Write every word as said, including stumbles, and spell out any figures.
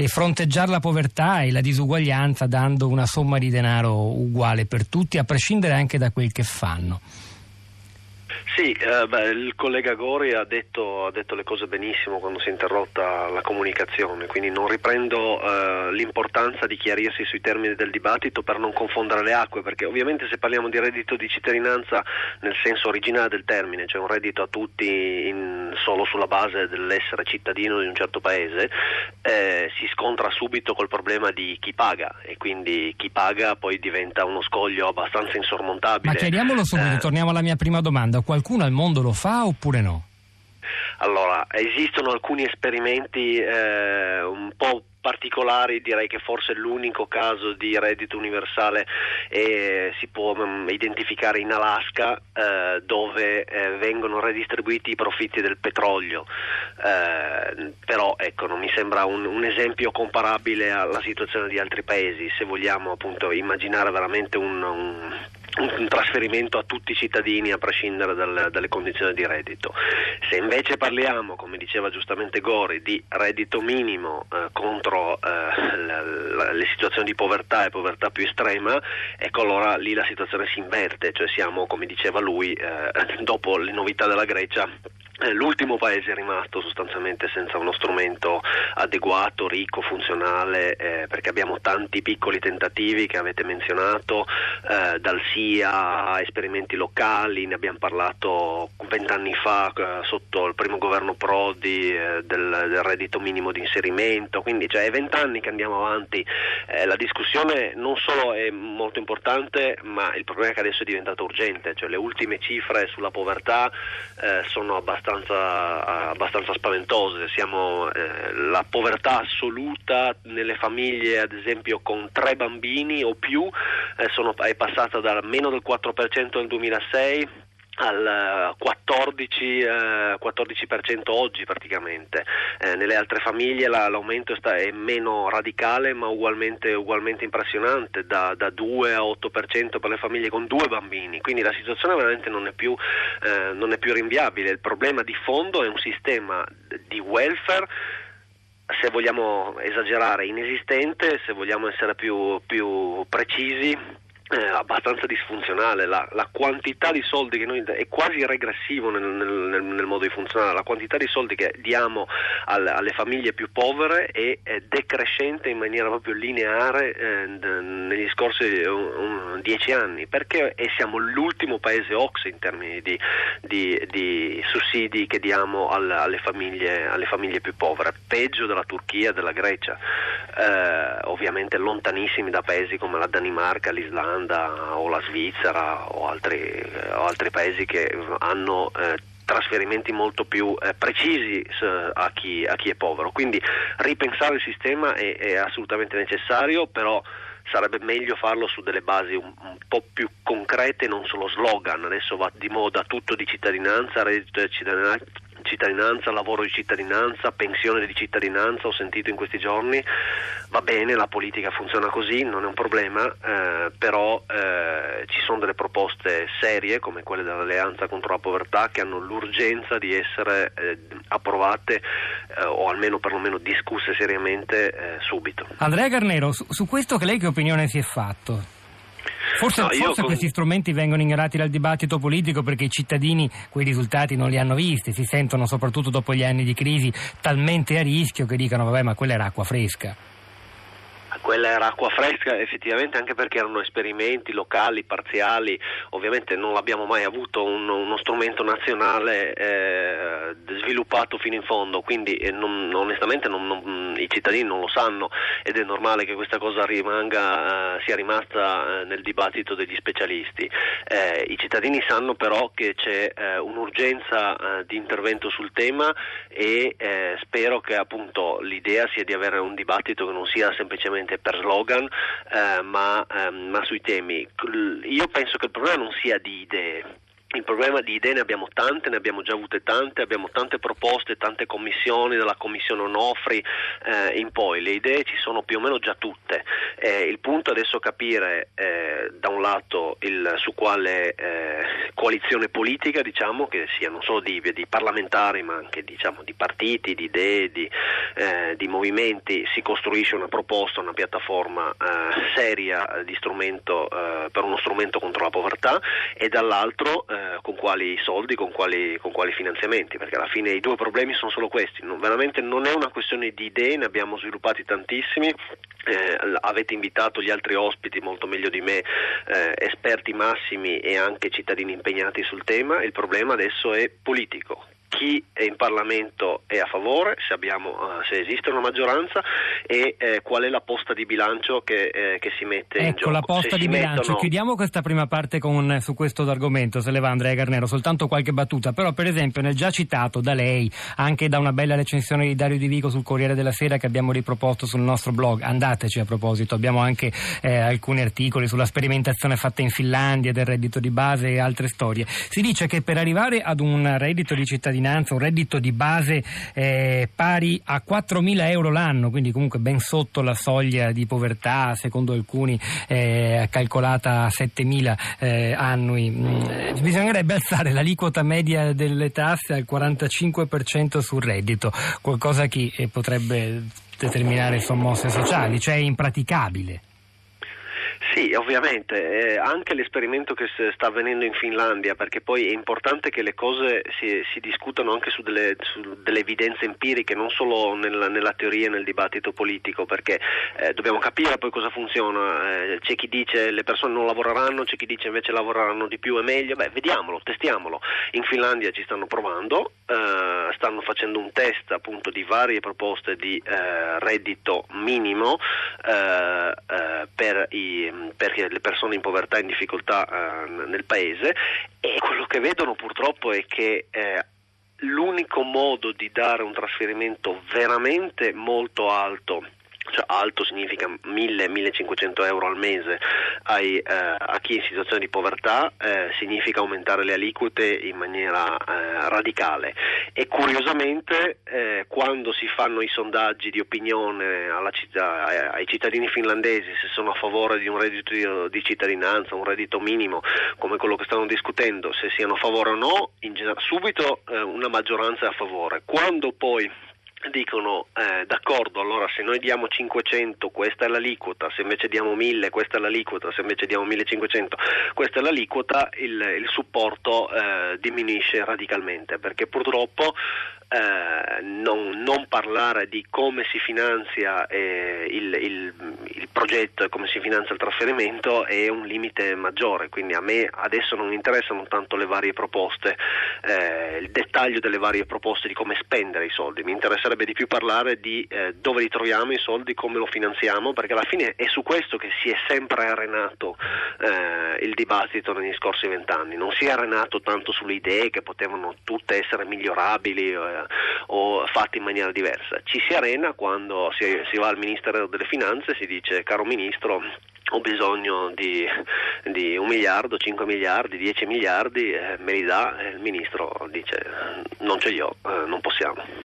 e fronteggiare la povertà e la disuguaglianza dando una somma di denaro uguale per tutti, a prescindere anche da quel che fanno. Sì, eh, beh, il collega Gori ha detto, ha detto le cose benissimo quando si è interrotta la comunicazione, quindi non riprendo eh, l'importanza di chiarirsi sui termini del dibattito per non confondere le acque, perché ovviamente se parliamo di reddito di cittadinanza nel senso originale del termine, cioè un reddito a tutti in, solo sulla base dell'essere cittadino di un certo paese, eh, si scontra subito col problema di chi paga, e quindi chi paga poi diventa uno scoglio abbastanza insormontabile. Ma chiariamolo subito, eh, torniamo alla mia prima domanda: qualcuno al mondo lo fa oppure no? Allora, esistono alcuni esperimenti eh, un po' particolari, direi che forse l'unico caso di reddito universale eh, si può um, identificare in Alaska, eh, dove eh, vengono redistribuiti i profitti del petrolio, eh, però ecco, non mi sembra un, un esempio comparabile alla situazione di altri paesi, se vogliamo appunto immaginare veramente un, un un trasferimento a tutti i cittadini a prescindere dal, dalle condizioni di reddito. Se invece parliamo, come diceva giustamente Gori, di reddito minimo eh, contro eh, la, la, le situazioni di povertà e povertà più estrema, ecco, allora lì la situazione si inverte, cioè siamo, come diceva lui, eh, dopo le novità della Grecia, l'ultimo paese è rimasto sostanzialmente senza uno strumento adeguato, ricco, funzionale, eh, perché abbiamo tanti piccoli tentativi che avete menzionato, eh, dal S I A a esperimenti locali, ne abbiamo parlato vent'anni fa eh, sotto il primo governo Prodi eh, del, del reddito minimo di inserimento, quindi cioè, è vent'anni che andiamo avanti, eh, la discussione non solo è molto importante, ma il problema è che adesso è diventato urgente, cioè le ultime cifre sulla povertà eh, sono abbastanza abbastanza spaventose. Siamo eh, la povertà assoluta nelle famiglie, ad esempio con tre bambini o più, eh, sono, è passata dal meno del quattro per cento nel duemilasei al quattordici per cento oggi praticamente. Eh, nelle altre famiglie la, l'aumento sta, è meno radicale, ma ugualmente, ugualmente impressionante, da, da due a otto per cento per le famiglie con due bambini, quindi la situazione veramente non è più, eh, non è più rinviabile. Il problema di fondo è un sistema di welfare, se vogliamo esagerare, inesistente, se vogliamo essere più, più precisi, Eh, abbastanza disfunzionale. La, la quantità di soldi che noi è quasi regressivo nel, nel, nel modo di funzionare. La quantità di soldi che diamo al, alle famiglie più povere è, è decrescente in maniera proprio lineare eh, negli scorsi un, un, dieci anni, perché e siamo l'ultimo paese O C S E in termini di, di, di sussidi che diamo al, alle famiglie alle famiglie più povere, peggio della Turchia, della Grecia, eh, ovviamente lontanissimi da paesi come la Danimarca, l'Islanda o la Svizzera o altri, o altri paesi che hanno eh, trasferimenti molto più eh, precisi eh, a, chi, a chi è povero. Quindi ripensare il sistema è, è assolutamente necessario, però sarebbe meglio farlo su delle basi un, un po' più concrete, non solo slogan. Adesso va di moda tutto di cittadinanza, reddito di cittadinanza, cittadinanza, lavoro di cittadinanza, pensione di cittadinanza, ho sentito in questi giorni. Va bene, la politica funziona così, non è un problema, eh, però eh, ci sono delle proposte serie come quelle dell'Alleanza contro la povertà che hanno l'urgenza di essere eh, approvate eh, o almeno perlomeno discusse seriamente eh, subito. Andrea Garnero, su, su questo che lei che opinione si è fatto? Forse, no, forse con... questi strumenti vengono ignorati dal dibattito politico perché i cittadini quei risultati non li hanno visti, si sentono soprattutto dopo gli anni di crisi talmente a rischio che dicono vabbè, ma quella era acqua fresca. Quella era acqua fresca effettivamente, anche perché erano esperimenti locali, parziali, ovviamente non abbiamo mai avuto un, uno strumento nazionale eh, sviluppato fino in fondo, quindi eh, non, onestamente non, non, i cittadini non lo sanno ed è normale che questa cosa rimanga, eh, sia rimasta eh, nel dibattito degli specialisti. Eh, I cittadini sanno però che c'è eh, un'urgenza eh, di intervento sul tema e eh, spero che appunto l'idea sia di avere un dibattito che non sia semplicemente per slogan, eh, ma, eh, ma sui temi. Io penso che il problema non sia di idee. Il problema di idee ne abbiamo tante, ne abbiamo già avute tante, abbiamo tante proposte, tante commissioni, dalla commissione Onofri eh, in poi, le idee ci sono più o meno già tutte, Eh, il punto è adesso capire eh, da un lato il, su quale eh, coalizione politica, diciamo, che sia non solo di, di parlamentari ma anche diciamo di partiti, di idee, di, eh, di movimenti, si costruisce una proposta, una piattaforma eh, seria di strumento eh, per uno strumento contro la povertà, e dall'altro eh, con quali soldi, con quali, con quali finanziamenti, perché alla fine i due problemi sono solo questi. Non, veramente non è una questione di idee, ne abbiamo sviluppati tantissimi. Eh, avete invitato gli altri ospiti molto meglio di me, eh, esperti massimi e anche cittadini impegnati sul tema. Il problema adesso è politico. Chi è in Parlamento è a favore, se, abbiamo, uh, se esiste una maggioranza, e eh, qual è la posta di bilancio che, eh, che si mette ecco, in gioco. Ecco, la posta se di bilancio. mettono... Chiudiamo questa prima parte con, su questo argomento, se le va Andrea Garnero, soltanto qualche battuta. Però per esempio nel già citato da lei, anche da una bella recensione di Dario Di Vico sul Corriere della Sera che abbiamo riproposto sul nostro blog, andateci a proposito, abbiamo anche eh, alcuni articoli sulla sperimentazione fatta in Finlandia del reddito di base e altre storie. Si dice che per arrivare ad un reddito di cittadinanza, un reddito di base eh, pari a quattromila euro l'anno, quindi comunque ben sotto la soglia di povertà, secondo alcuni eh, calcolata a settemila eh, annui, mm, bisognerebbe alzare l'aliquota media delle tasse al quarantacinque per cento sul reddito, qualcosa che eh, potrebbe determinare sommosse sociali, cioè è impraticabile. Sì, ovviamente, eh, anche l'esperimento che sta avvenendo in Finlandia, perché poi è importante che le cose si, si discutano anche su delle, su delle evidenze empiriche, non solo nella, nella teoria e nel dibattito politico, perché eh, dobbiamo capire poi cosa funziona. Eh, c'è chi dice le persone non lavoreranno, c'è chi dice invece lavoreranno di più e meglio. Beh, vediamolo, testiamolo. In Finlandia ci stanno provando, eh, stanno facendo un test appunto di varie proposte di eh, reddito minimo eh, eh, per i per le persone in povertà e in difficoltà eh, nel paese, e quello che vedono purtroppo è che eh, l'unico modo di dare un trasferimento veramente molto alto, cioè alto significa mille millecinquecento euro al mese ai, eh, a chi è in situazione di povertà, eh, significa aumentare le aliquote in maniera eh, radicale. E curiosamente eh, quando si fanno i sondaggi di opinione alla città, ai cittadini finlandesi se sono a favore di un reddito di, di cittadinanza, un reddito minimo come quello che stanno discutendo, se siano a favore o no, in generale, subito eh, una maggioranza è a favore. Quando poi dicono eh, d'accordo, allora se noi diamo cinquecento questa è l'aliquota, se invece diamo mille questa è l'aliquota, se invece diamo millecinquecento questa è l'aliquota, il, il supporto eh, diminuisce radicalmente, perché purtroppo eh, non, non parlare di come si finanzia eh, il, il, il progetto e come si finanzia il trasferimento è un limite maggiore. Quindi a me adesso non interessano tanto le varie proposte, eh, il dettaglio delle varie proposte di come spendere i soldi, mi interesserebbe di più parlare di eh, dove li troviamo i soldi, come lo finanziamo, perché alla fine è su questo che si è sempre arenato eh, il dibattito negli scorsi vent'anni. Non si è arenato tanto sulle idee che potevano tutte essere migliorabili eh, o fatte in maniera diversa. Ci si arena quando si, si va al Ministero delle Finanze e si dice: caro Ministro, ho bisogno di, di un miliardo, cinque miliardi, dieci miliardi, eh, me li dà? E il Ministro dice: non ce li ho, eh, non possiamo.